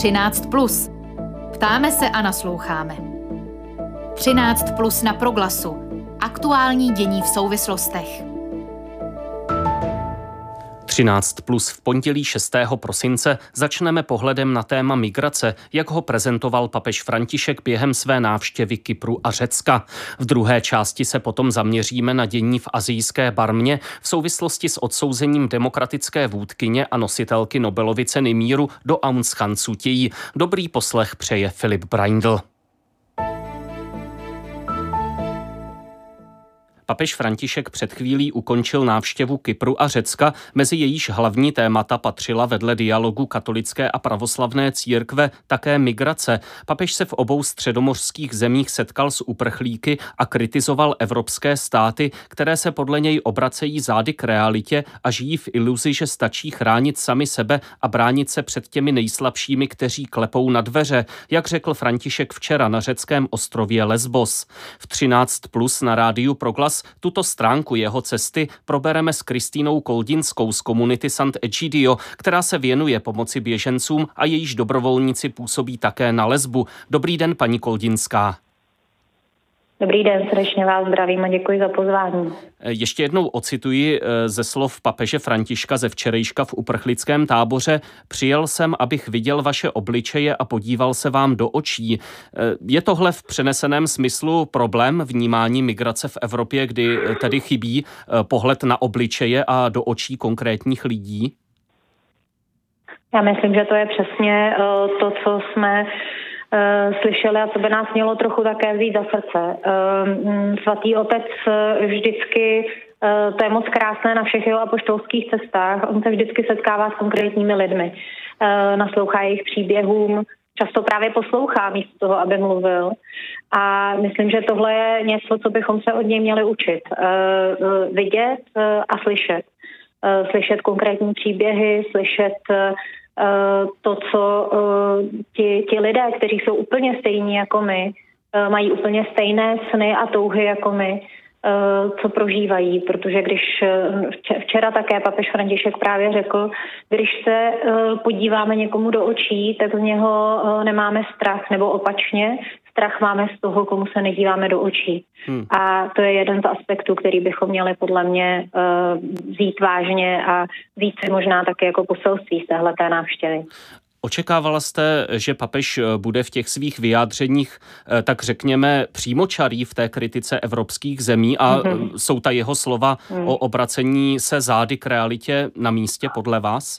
13+. Ptáme se a nasloucháme. 13+ na Proglasu. Aktuální dění v souvislostech. 13+ v pondělí 6. prosince začneme pohledem na téma migrace, jak ho prezentoval papež František během své návštěvy Kypru a Řecka. V druhé části se potom zaměříme na dění v asijské Barmě v souvislosti s odsouzením demokratické vůdkyně a nositelky Nobelovy ceny míru do Aung San Suu Kyi. Dobrý poslech přeje Filip Braindl. Papež František před chvílí ukončil návštěvu Kypru a Řecka, mezi jejíž hlavní témata patřila vedle dialogu katolické a pravoslavné církve také migrace. Papež se v obou středomořských zemích setkal s uprchlíky a kritizoval evropské státy, které se podle něj obracejí zády k realitě a žijí v iluzi, že stačí chránit sami sebe a bránit se před těmi nejslabšími, kteří klepou na dveře, jak řekl František včera na řeckém ostrově Lesbos. V 13+ na rádiu Proglas tuto stránku jeho cesty probereme s Kristínou Koldinskou z komunity Sant'Egidio, která se věnuje pomoci běžencům a jejíž dobrovolníci působí také na Lesbu. Dobrý den, paní Koldinská. Dobrý den, srdečně vás zdravím a děkuji za pozvání. Ještě jednou ocituji ze slov papeže Františka ze včerejška v uprchlickém táboře. Přijel jsem, abych viděl vaše obličeje a podíval se vám do očí. Je tohle v přeneseném smyslu problém vnímání migrace v Evropě, kdy tedy chybí pohled na obličeje a do očí konkrétních lidí? Já myslím, že to je přesně to, co jsme slyšeli a co by nás mělo trochu také vzít za srdce. Svatý otec vždycky, to je moc krásné na všech jeho apoštolských cestách, on se vždycky setkává s konkrétními lidmi, naslouchá jejich příběhům, často právě poslouchá místo toho, aby mluvil. A myslím, že tohle je něco, co bychom se od něj měli učit. Vidět a slyšet. Slyšet konkrétní příběhy, slyšet to, co ti lidé, kteří jsou úplně stejní jako my, mají úplně stejné sny a touhy jako my, co prožívají, protože když včera také papež František právě řekl, když se podíváme někomu do očí, tak z něho nemáme strach, nebo opačně, strach máme z toho, komu se nedíváme do očí. A to je jeden z aspektů, který bychom měli podle mě vzít vážně a vzít si možná také jako poselství z téhleté návštěvy. Očekávala jste, že papež bude v těch svých vyjádřeních, tak řekněme, přímočarý v té kritice evropských zemí a jsou ta jeho slova o obracení se zády k realitě na místě podle vás?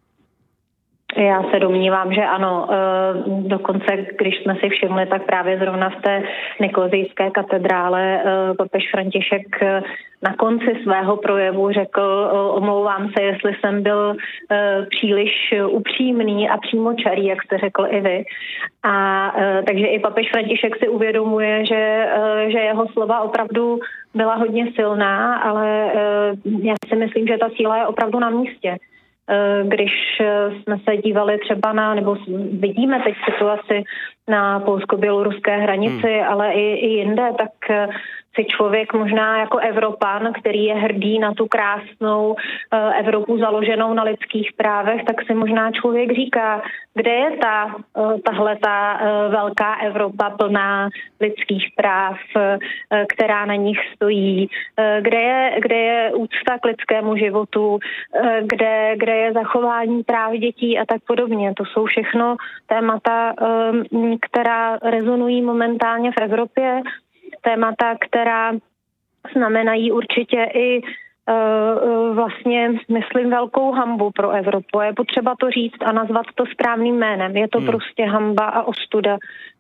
Já se domnívám, že ano. Dokonce, když jsme si všimli, tak právě zrovna v té nikozijské katedrále papež František na konci svého projevu řekl, omlouvám se, jestli jsem byl příliš upřímný a přímočarý, jak jste řekl i vy. A takže i papež František si uvědomuje, že jeho slova opravdu byla hodně silná, ale já si myslím, že ta síla je opravdu na místě. Když jsme se dívali třeba nebo vidíme teď situaci na polsko-běloruské hranici, ale i jinde, tak si člověk možná jako Evropan, který je hrdý na tu krásnou Evropu založenou na lidských právech, tak si možná člověk říká, kde je tahle velká Evropa plná lidských práv, která na nich stojí, kde je úcta k lidskému životu, kde je zachování práv dětí a tak podobně. To jsou všechno témata, která rezonují momentálně v Evropě, témata, která znamenají určitě i vlastně, myslím, velkou hanbu pro Evropu. Je potřeba to říct a nazvat to správným jménem. Je to prostě hanba a ostuda,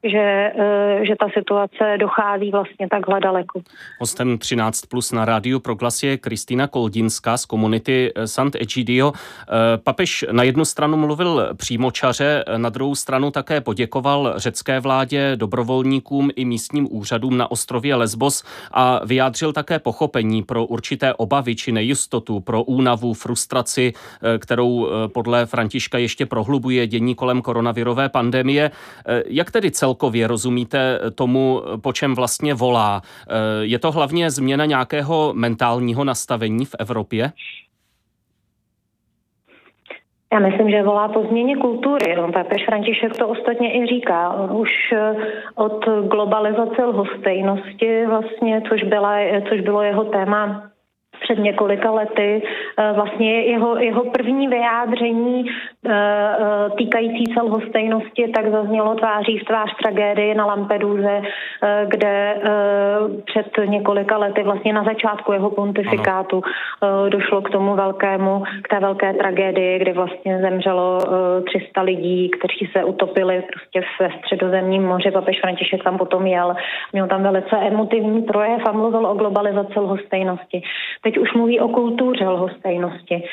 že ta situace dochází vlastně takhle daleko. Hostem 13+ na rádiu Proglas je Kristína Koldinská z komunity Sant'Egidio. Papež na jednu stranu mluvil přímočaře, na druhou stranu také poděkoval řecké vládě, dobrovolníkům i místním úřadům na ostrově Lesbos a vyjádřil také pochopení pro určité obavy či nejistotu, pro únavu, frustraci, kterou podle Františka ještě prohlubuje dění kolem koronavirové pandemie. Jak tedy celkově rozumíte tomu, po čem vlastně volá? Je to hlavně změna nějakého mentálního nastavení v Evropě? Já myslím, že volá po změně kultury. Papež František to ostatně i říká. On už od globalizace lhostejnosti vlastně, což bylo jeho téma před několika lety, vlastně jeho první vyjádření týkající se lhostejnosti tak zaznělo tváří v tvář tragédii na Lampeduze, kde před několika lety vlastně na začátku jeho pontifikátu došlo k té velké tragédii, kdy vlastně zemřelo 300 lidí, kteří se utopili prostě ve Středozemním moři. Papež František tam potom jel, měl tam velice emotivní projev a mluvil o globalizaci lhostejnosti. Teď už mluví o kultuře lhostejnosti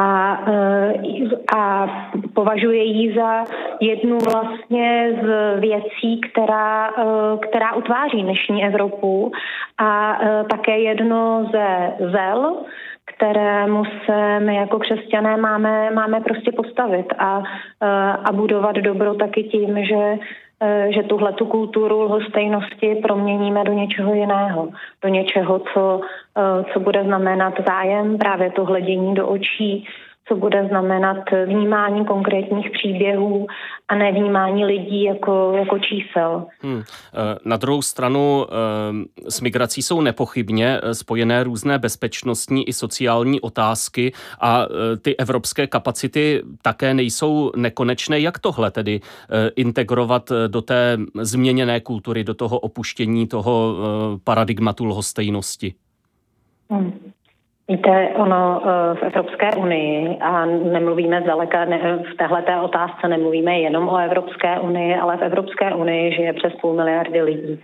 a považuje ji za jednu vlastně z věcí, která utváří dnešní Evropu a také jedno ze zel, kterému se my jako křesťané máme prostě postavit a budovat dobro taky tím, že tuhletu kulturu lhostejnosti proměníme do něčeho jiného, do něčeho, co bude znamenat zájem, právě to hledění do očí, co bude znamenat vnímání konkrétních příběhů a ne vnímání lidí jako čísel. Na druhou stranu s migrací jsou nepochybně spojené různé bezpečnostní i sociální otázky a ty evropské kapacity také nejsou nekonečné. Jak tohle tedy integrovat do té změněné kultury, do toho opuštění toho paradigmatu lhostejnosti? Víte, ono v Evropské unii, a nemluvíme zdaleka, v téhleté otázce nemluvíme jenom o Evropské unii, ale v Evropské unii žije přes 500 miliardy lidí.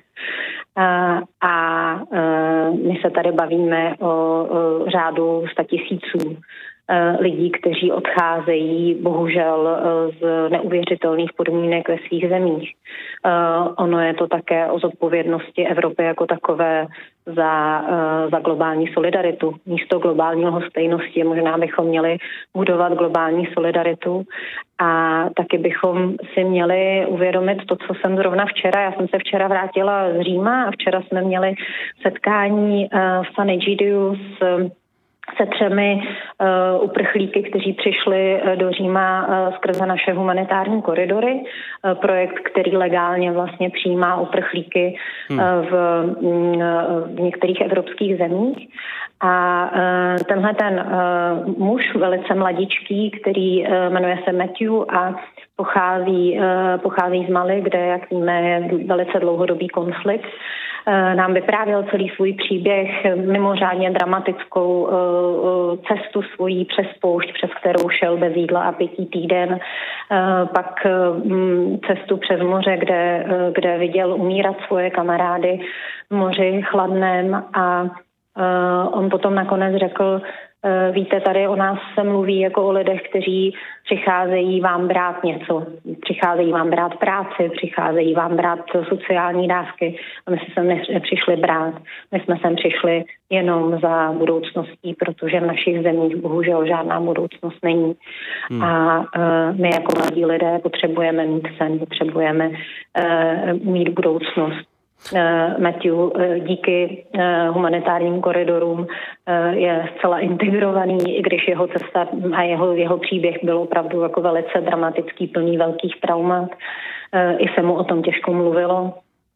A my se tady bavíme o řádu 100 000 lidí, kteří odcházejí bohužel z neuvěřitelných podmínek ve svých zemích. Ono je to také o zodpovědnosti Evropy jako takové za globální solidaritu. Místo globální lhostejnosti možná bychom měli budovat globální solidaritu a taky bychom si měli uvědomit to, co jsem zrovna včera. Já jsem se včera vrátila z Říma a včera jsme měli setkání v San Egidiu se 3 uprchlíky, kteří přišli do Říma skrze naše humanitární koridory. Projekt, který legálně vlastně přijímá uprchlíky v některých evropských zemích. A tenhle ten muž, velice mladičký, který jmenuje se Matthew a pochází z Mali, kde, jak víme, je velice dlouhodobý konflikt, nám vyprávěl celý svůj příběh, mimořádně dramatickou cestu svojí přes poušť, přes kterou šel bez jídla a pití týden, pak cestu přes moře, kde viděl umírat svoje kamarády v moři chladném a on potom nakonec řekl, víte, tady o nás se mluví jako o lidech, kteří přicházejí vám brát něco. Přicházejí vám brát práci, přicházejí vám brát sociální dávky. A my jsme sem nepřišli brát. My jsme sem přišli jenom za budoucností, protože v našich zemích bohužel žádná budoucnost není. A my jako mladí lidé potřebujeme mít sen, potřebujeme mít budoucnost. Matthew díky humanitárním koridorům je zcela integrovaný, i když jeho cesta a jeho příběh byl opravdu jako velice dramatický, plný velkých traumat. I se mu o tom těžko mluvilo.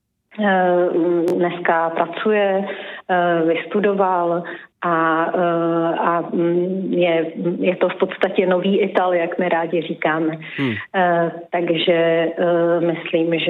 Dneska pracuje, vystudoval a je to v podstatě nový Ital, jak my rádi říkáme. Takže myslím,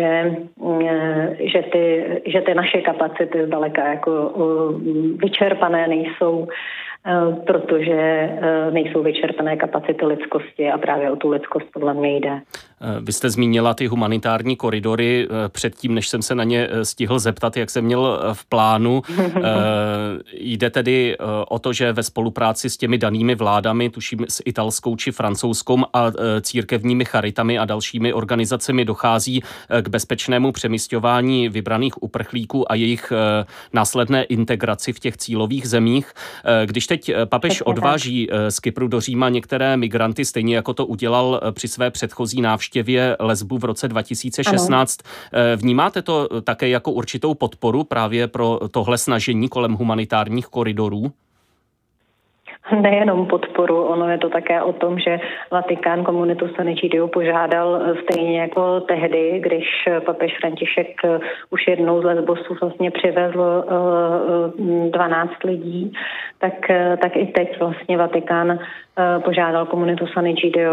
že ty naše kapacity zdaleka jako vyčerpané nejsou, protože nejsou vyčerpané kapacity lidskosti a právě o tu lidskost podle mě jde. Vy jste zmínila ty humanitární koridory předtím, než jsem se na ně stihl zeptat, jak jsem měl v plánu. Jde tedy o to, že ve spolupráci s těmi danými vládami, tuším s italskou či francouzskou a církevními charitami a dalšími organizacemi dochází k bezpečnému přemisťování vybraných uprchlíků a jejich následné integraci v těch cílových zemích. Když teď papež odváží z Kypru do Říma některé migranty, stejně jako to udělal při své předchozí návštěvě Lesbu v roce 2016. Ano. Vnímáte to také jako určitou podporu právě pro tohle snažení kolem humanitárních koridorů? nejenom podporu, ono je to také o tom, že Vatikán komunitu San Egidio požádal stejně jako tehdy, když papež František už jednou z Lesbosu vlastně přivezl 12 lidí, tak i teď vlastně Vatikán požádal komunitu San Egidio,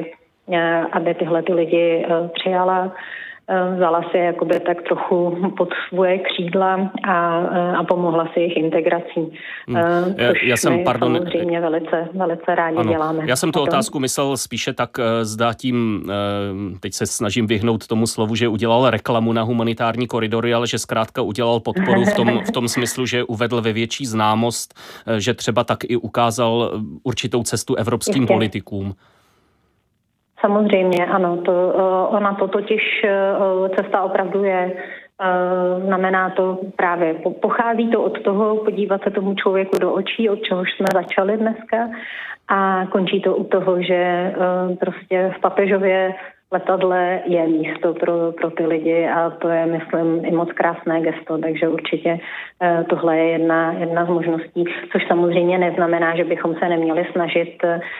aby tyhle ty lidi přijala. Vzala si jakoby tak trochu pod svoje křídla a pomohla si jejich integrací. Což my samozřejmě velice rádi děláme. Já jsem tu otázku myslel spíše tak, zda tím, teď se snažím vyhnout tomu slovu, že udělal reklamu na humanitární koridory, ale že zkrátka udělal podporu v tom smyslu, že uvedl ve větší známost, že třeba tak i ukázal určitou cestu evropským politikům. Samozřejmě, ano. Ona to totiž cesta opravdu je. Znamená to právě, pochází to od toho podívat se tomu člověku do očí, od čehož jsme začali dneska, a končí to u toho, že prostě v papežově letadle je místo pro ty lidi a to je, myslím, i moc krásné gesto, takže určitě tohle je jedna z možností, což samozřejmě neznamená, že bychom se neměli snažit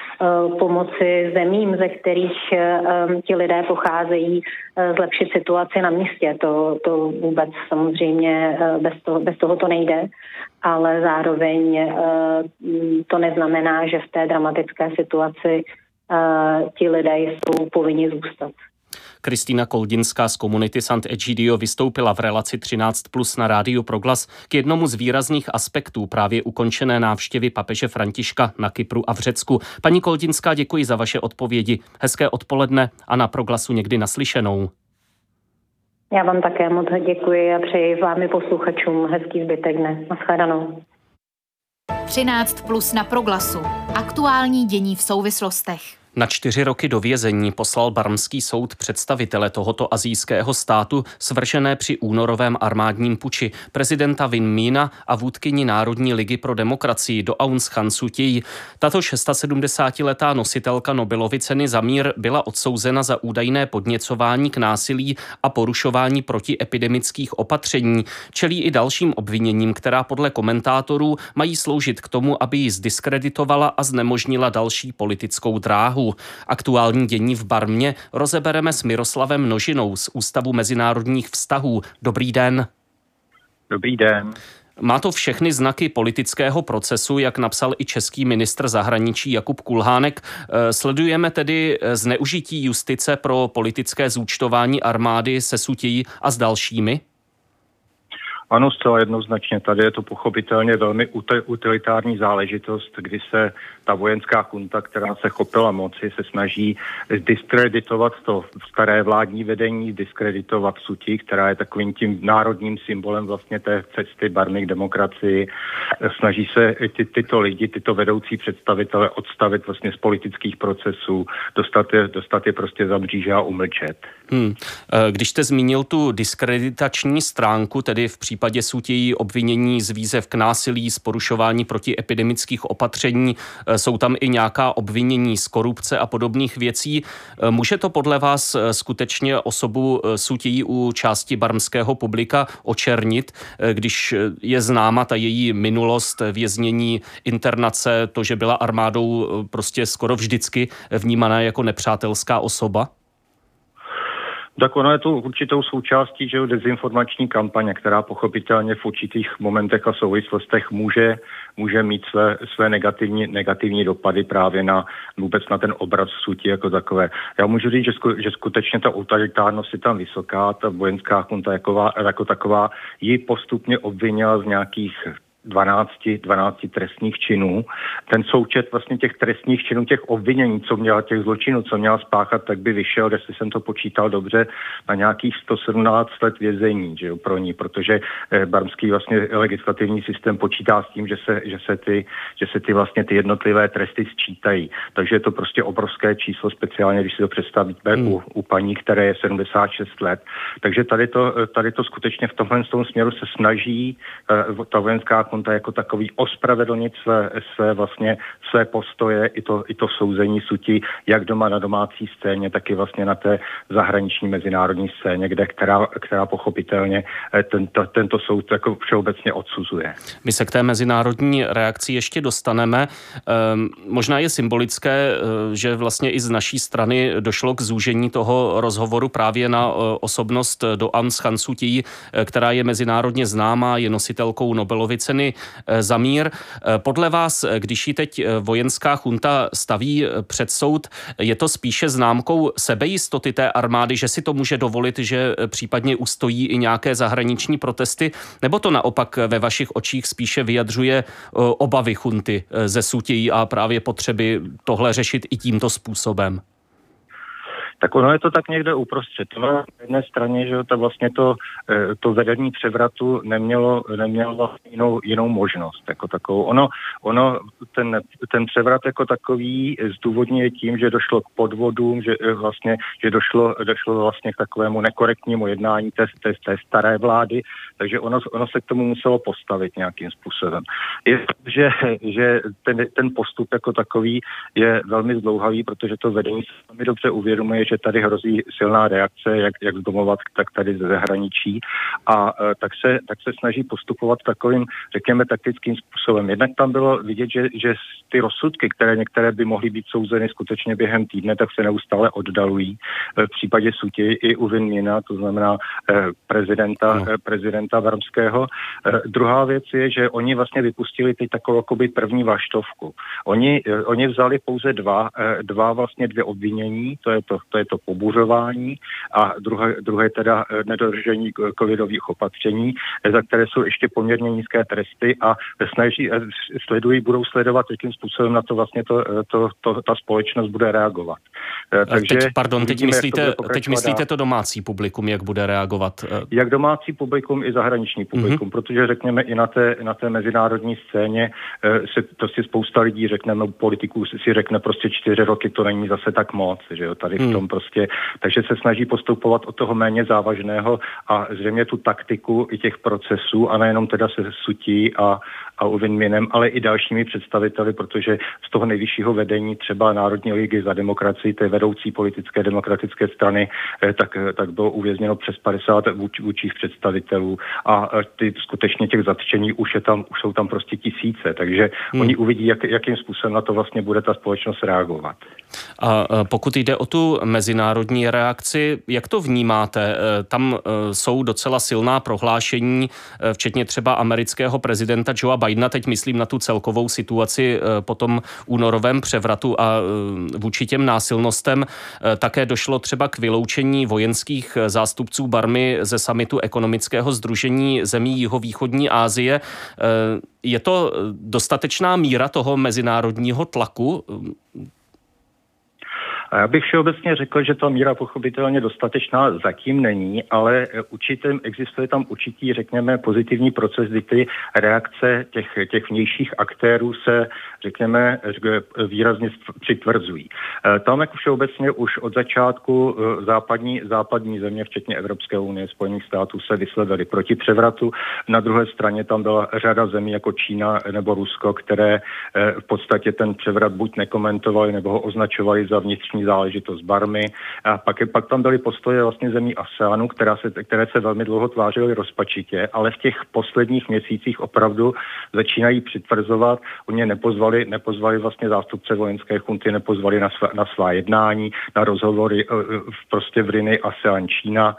pomoci zemím, ze kterých ti lidé pocházejí, zlepšit situaci na místě. To vůbec samozřejmě bez toho to nejde, ale zároveň to neznamená, že v té dramatické situaci ti lidé jsou povinni zůstat. Kristýna Koldinská z komunity Sant Egidio vystoupila v relaci 13+ na Rádiu Proglas k jednomu z výrazných aspektů právě ukončené návštěvy papeže Františka na Kypru a v Řecku. Paní Koldinská, děkuji za vaše odpovědi. Hezké odpoledne a na Proglasu někdy naslyšenou. Já vám také moc děkuji a přeji vám i posluchačům hezký zbytek dne. Naschledanou. 13+ na Proglasu. Aktuální dění v souvislostech. Na 4 roky do vězení poslal barmský soud představitele tohoto asijského státu svržené při únorovém armádním puči prezidenta Win Myina a vůdkyni Národní ligy pro demokracii do Aung San Suu Kyi. Tato 76letá nositelka Nobelovy ceny za mír byla odsouzena za údajné podněcování k násilí a porušování protiepidemických opatření. Čelí i dalším obviněním, která podle komentátorů mají sloužit k tomu, aby ji zdiskreditovala a znemožnila další politickou dráhu. Aktuální dění v Barmě rozebereme s Miroslavem Nožinou z Ústavu mezinárodních vztahů. Dobrý den. Dobrý den. Má to všechny znaky politického procesu, jak napsal i český ministr zahraničí Jakub Kulhánek. Sledujeme tedy zneužití justice pro politické zúčtování armády se Suu Kyi a s dalšími? Ano, zcela jednoznačně. Tady je to pochopitelně velmi utilitární záležitost, kdy se ta vojenská junta, která se chopila moci, se snaží diskreditovat to staré vládní vedení, diskreditovat Suu Kyi, která je takovým tím národním symbolem vlastně té cesty Barmy k demokracii. Snaží se tyto lidi, tyto vedoucí představitele odstavit vlastně z politických procesů, dostat je prostě za mříže a umlčet. Když jste zmínil tu diskreditační stránku, tedy v případě Suu Kyi obvinění z výzev k násilí, z porušování protiepidemických opatření, jsou tam i nějaká obvinění z korupce a podobných věcí. Může to podle vás skutečně osobu Suu Kyi u části barmského publika očernit, když je známa ta její minulost, věznění, internace, to, že byla armádou prostě skoro vždycky vnímaná jako nepřátelská osoba? Tak ono je to určitou součástí, že dezinformační kampaně, která pochopitelně v určitých momentech a souvislostech může mít své negativní dopady právě vůbec na ten obraz Suu Kyi jako takové. Já můžu říct, že skutečně ta autoritárnost je tam vysoká, ta vojenská junta jako taková ji postupně obvinila z nějakých 12 trestných činů. Ten součet vlastně těch trestných činů, těch obvinění, těch zločinů, co měla spáchat, tak by vyšel, jestli jsem to počítal dobře, na nějakých 117 let vězení, že jo, pro ní, protože barmský vlastně legislativní systém počítá s tím, že se ty vlastně ty jednotlivé tresty sčítají. Takže je to prostě obrovské číslo, speciálně když si to představíte u paní, které je 76 let. Takže tady to skutečně v tomhle směru se snaží ta vojenská chunta jako takový ospravedlnit své postoje i to souzení Suu jak doma na domácí scéně, tak i vlastně na té zahraniční mezinárodní scéně, která pochopitelně tento soud jako všeobecně odsuzuje. My se k té mezinárodní reakci ještě dostaneme. Možná je symbolické, že vlastně i z naší strany došlo k zúžení toho rozhovoru právě na osobnost do Aung San Suu Kyi, která je mezinárodně známá, je nositelkou Nobelovy ceny za mír. Podle vás, když ji teď vojenská chunta staví před soud, je to spíše známkou sebejistoty té armády, že si to může dovolit, že případně ustojí i nějaké zahraniční protesty, nebo to naopak ve vašich očích spíše vyjadřuje obavy chunty ze Suu Kyi a právě potřeby tohle řešit i tímto způsobem? Tak ono je to tak někde uprostřed. Na jedné straně, že to vlastně to vedení převratu nemělo vlastně jinou možnost jako takovou. Ten převrat jako takový zdůvodňuje tím, že došlo k podvodům, že došlo vlastně k takovému nekorektnímu jednání té staré vlády, takže ono se k tomu muselo postavit nějakým způsobem. Že ten postup jako takový je velmi zdlouhavý, protože to vedení se velmi dobře uvědomuje, že tady hrozí silná reakce, jak z domova, tak tady ze zahraničí a tak se snaží postupovat takovým, řekněme, taktickým způsobem. Jednak tam bylo vidět, že ty rozsudky, které některé by mohly být souzeny skutečně během týdne, tak se neustále oddalují. V případě Suu Kyi i u Win Mina, to znamená prezidenta Barmského. Druhá věc je, že oni vlastně vypustili teď takovou jakoby první vlaštovku. Oni vzali pouze dvě obvinění, to je to pobuřování a druhé teda nedodržení covidových opatření, za které jsou ještě poměrně nízké tresty a budou sledovat, jakým způsobem na to vlastně ta společnost bude reagovat. Takže teď myslíte to domácí publikum, jak bude reagovat? Jak domácí publikum i zahraniční publikum, protože řekněme i na té mezinárodní scéně se prostě spousta lidí politiků si řekne prostě 4 roky, to není zase tak moc, že jo, tady v tom prostě, takže se snaží postupovat od toho méně závažného a zřejmě tu taktiku i těch procesů a nejenom teda se Suu Kyi a Win Minem, ale i dalšími představiteli, protože z toho nejvyššího vedení třeba Národní ligy za demokracii, té vedoucí politické demokratické strany, tak bylo uvězněno přes 50 vůdčích představitelů a skutečně těch zatčení už jsou tam prostě tisíce, takže oni uvidí, jakým způsobem na to vlastně bude ta společnost reagovat. A pokud jde o tu mezinárodní reakci, jak to vnímáte? Tam jsou docela silná prohlášení, včetně třeba amerického prezidenta Joea Bidena, teď myslím na tu celkovou situaci po tom únorovém převratu a vůči těm násilnostem. Také došlo třeba k vyloučení vojenských zástupců Barmy ze summitu ekonomického sdružení zemí jihovýchodní Asie. Je to dostatečná míra toho mezinárodního tlaku? A já bych všeobecně řekl, že ta míra pochopitelně dostatečná zatím není, ale existuje tam určitý, řekněme, pozitivní proces, kdy ty reakce těch vnějších aktérů se, řekněme, výrazně přitvrzují. Tam jako všeobecně už od začátku západní země, včetně Evropské unie, Spojených států, se vyslovily proti převratu. Na druhé straně tam byla řada zemí jako Čína nebo Rusko, které v podstatě ten převrat buď nekomentovali, nebo ho označovali za vnitřní záležitost Barmy. A pak tam byly postoje vlastně zemí ASEANu, které se velmi dlouho tvářily rozpačitě, ale v těch posledních měsících opravdu začínají přitvrzovat. Oni nepozvali vlastně zástupce vojenské chunty, nepozvali na svá jednání, na rozhovory prostě v linii ASEAN Čína,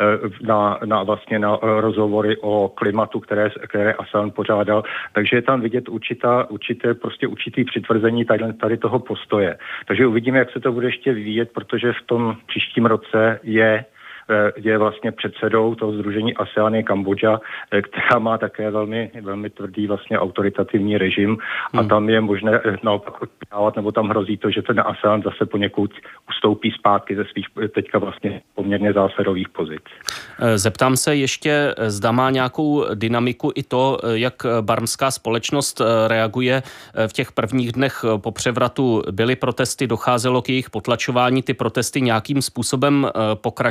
na rozhovory o klimatu, které ASEAN pořádal. Takže je tam vidět určitý přitvrzení tady toho postoje. Takže uvidíme, jak se to bude ještě vyvíjet, protože v tom příštím roce je vlastně předsedou toho sdružení ASEAN je Kambodža, která má také velmi, velmi tvrdý vlastně autoritativní režim a tam je možné naopak očekávat, nebo tam hrozí to, že ten ASEAN zase poněkud ustoupí zpátky ze svých teďka vlastně poměrně zásadových pozic. Zeptám se ještě, zda má nějakou dynamiku i to, jak barmská společnost reaguje v těch prvních dnech po převratu. Byly protesty, docházelo k jejich potlačování, ty protesty nějakým způsobem pokračují.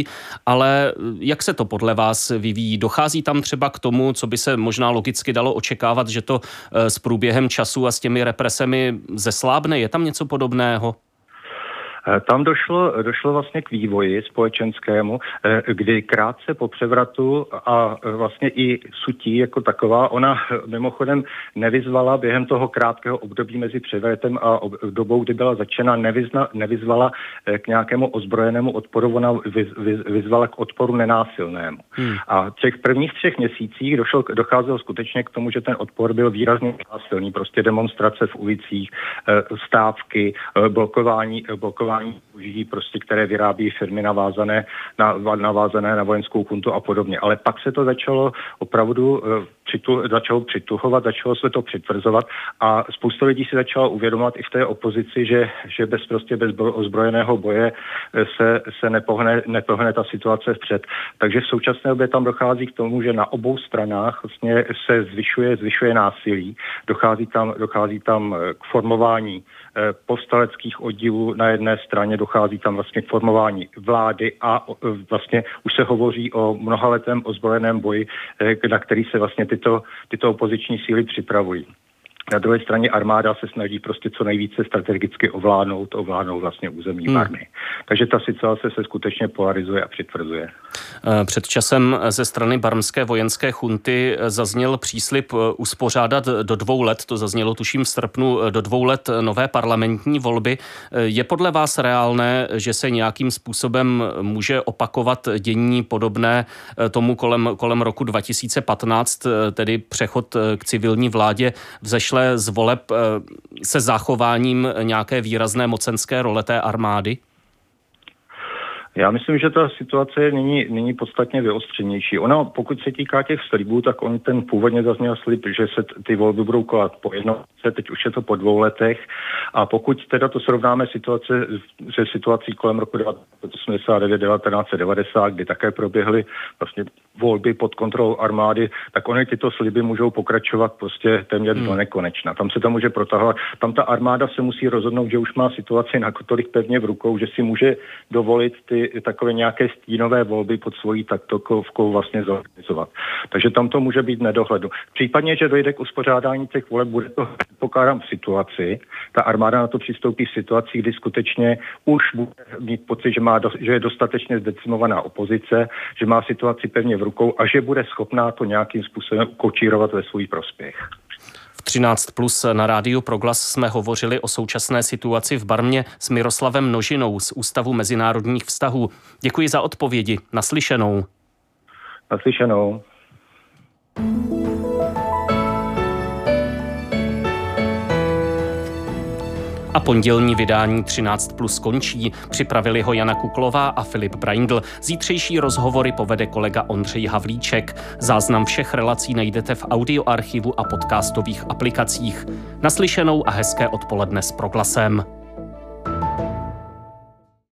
ale jak se to podle vás vyvíjí? Dochází tam třeba k tomu, co by se možná logicky dalo očekávat, že to s průběhem času a s těmi represemi zeslábne? Je tam něco podobného? Tam došlo vlastně k vývoji společenskému, kdy krátce po převratu a vlastně i Sutí jako taková, ona mimochodem nevyzvala během toho krátkého období mezi převratem a dobou, kdy byla začena, nevyzvala k nějakému ozbrojenému odporu, ona vyzvala k odporu nenásilnému. A v těch prvních 3 měsících docházelo skutečně k tomu, že ten odpor byl výrazně násilný, prostě demonstrace v ulicích, stávky, blokování užití, prostě, které vyrábí firmy navázané na vojenskou chuntu a podobně. Ale pak se to začalo opravdu přituhovat, začalo se to přitvrzovat a spousta lidí si začala uvědomovat i v té opozici, že bez ozbrojeného boje se nepohne ta situace vpřed. Takže v současné době tam dochází k tomu, že na obou stranách vlastně se zvyšuje násilí, dochází tam k formování povstaleckých oddílů na jedné straně, dochází tam vlastně k formování vlády a vlastně už se hovoří o mnohaletém ozbrojeném boji, na který se vlastně tyto opoziční síly připravují. Na druhé straně armáda se snaží prostě co nejvíce strategicky ovládnout vlastně území Barmy. Takže ta situace se skutečně polarizuje a přitvrzuje. Před časem ze strany barmské vojenské chunty zazněl příslib uspořádat do 2 let, to zaznělo tuším v srpnu, do 2 let nové parlamentní volby. Je podle vás reálné, že se nějakým způsobem může opakovat dění podobné tomu kolem roku 2015, tedy přechod k civilní vládě vzešle z voleb se zachováním nějaké výrazné mocenské role té armády? Já myslím, že ta situace je nyní podstatně vyostřenější. Ona, pokud se týká těch slibů, tak on ten původně zazněl slib, že se ty volby budou konat po 1 roce, teď už je to po 2 letech. A pokud teda to srovnáme se situací kolem roku 1989-1990, kdy také proběhly vlastně volby pod kontrolou armády, tak ony tyto sliby můžou pokračovat prostě téměř do nekonečna. Tam se to může protahovat. Tam ta armáda se musí rozhodnout, že už má situaci natolik pevně v rukou, že si může dovolit ty takové nějaké stínové volby pod svojí taktovkou vlastně zorganizovat. Takže tam to může být nedohledu. Případně, že dojde k uspořádání těch voleb, bude to, pokládám, v situaci. Ta armáda na to přistoupí v situaci, kdy skutečně už bude mít pocit, že je dostatečně zdecimovaná opozice, že má situaci pevně v rukou a že bude schopná to nějakým způsobem ukočírovat ve svůj prospěch. 13+ na rádiu Proglas jsme hovořili o současné situaci v Barmě s Miroslavem Nožinou z Ústavu mezinárodních vztahů. Děkuji za odpovědi. Naslyšenou. Naslyšenou. A pondělní vydání 13+ končí. Připravili ho Jana Kuklová a Filip Braindl. Zítřejší rozhovory povede kolega Ondřej Havlíček. Záznam všech relací najdete v audioarchivu a podcastových aplikacích. Naslyšenou a hezké odpoledne s Proglasem.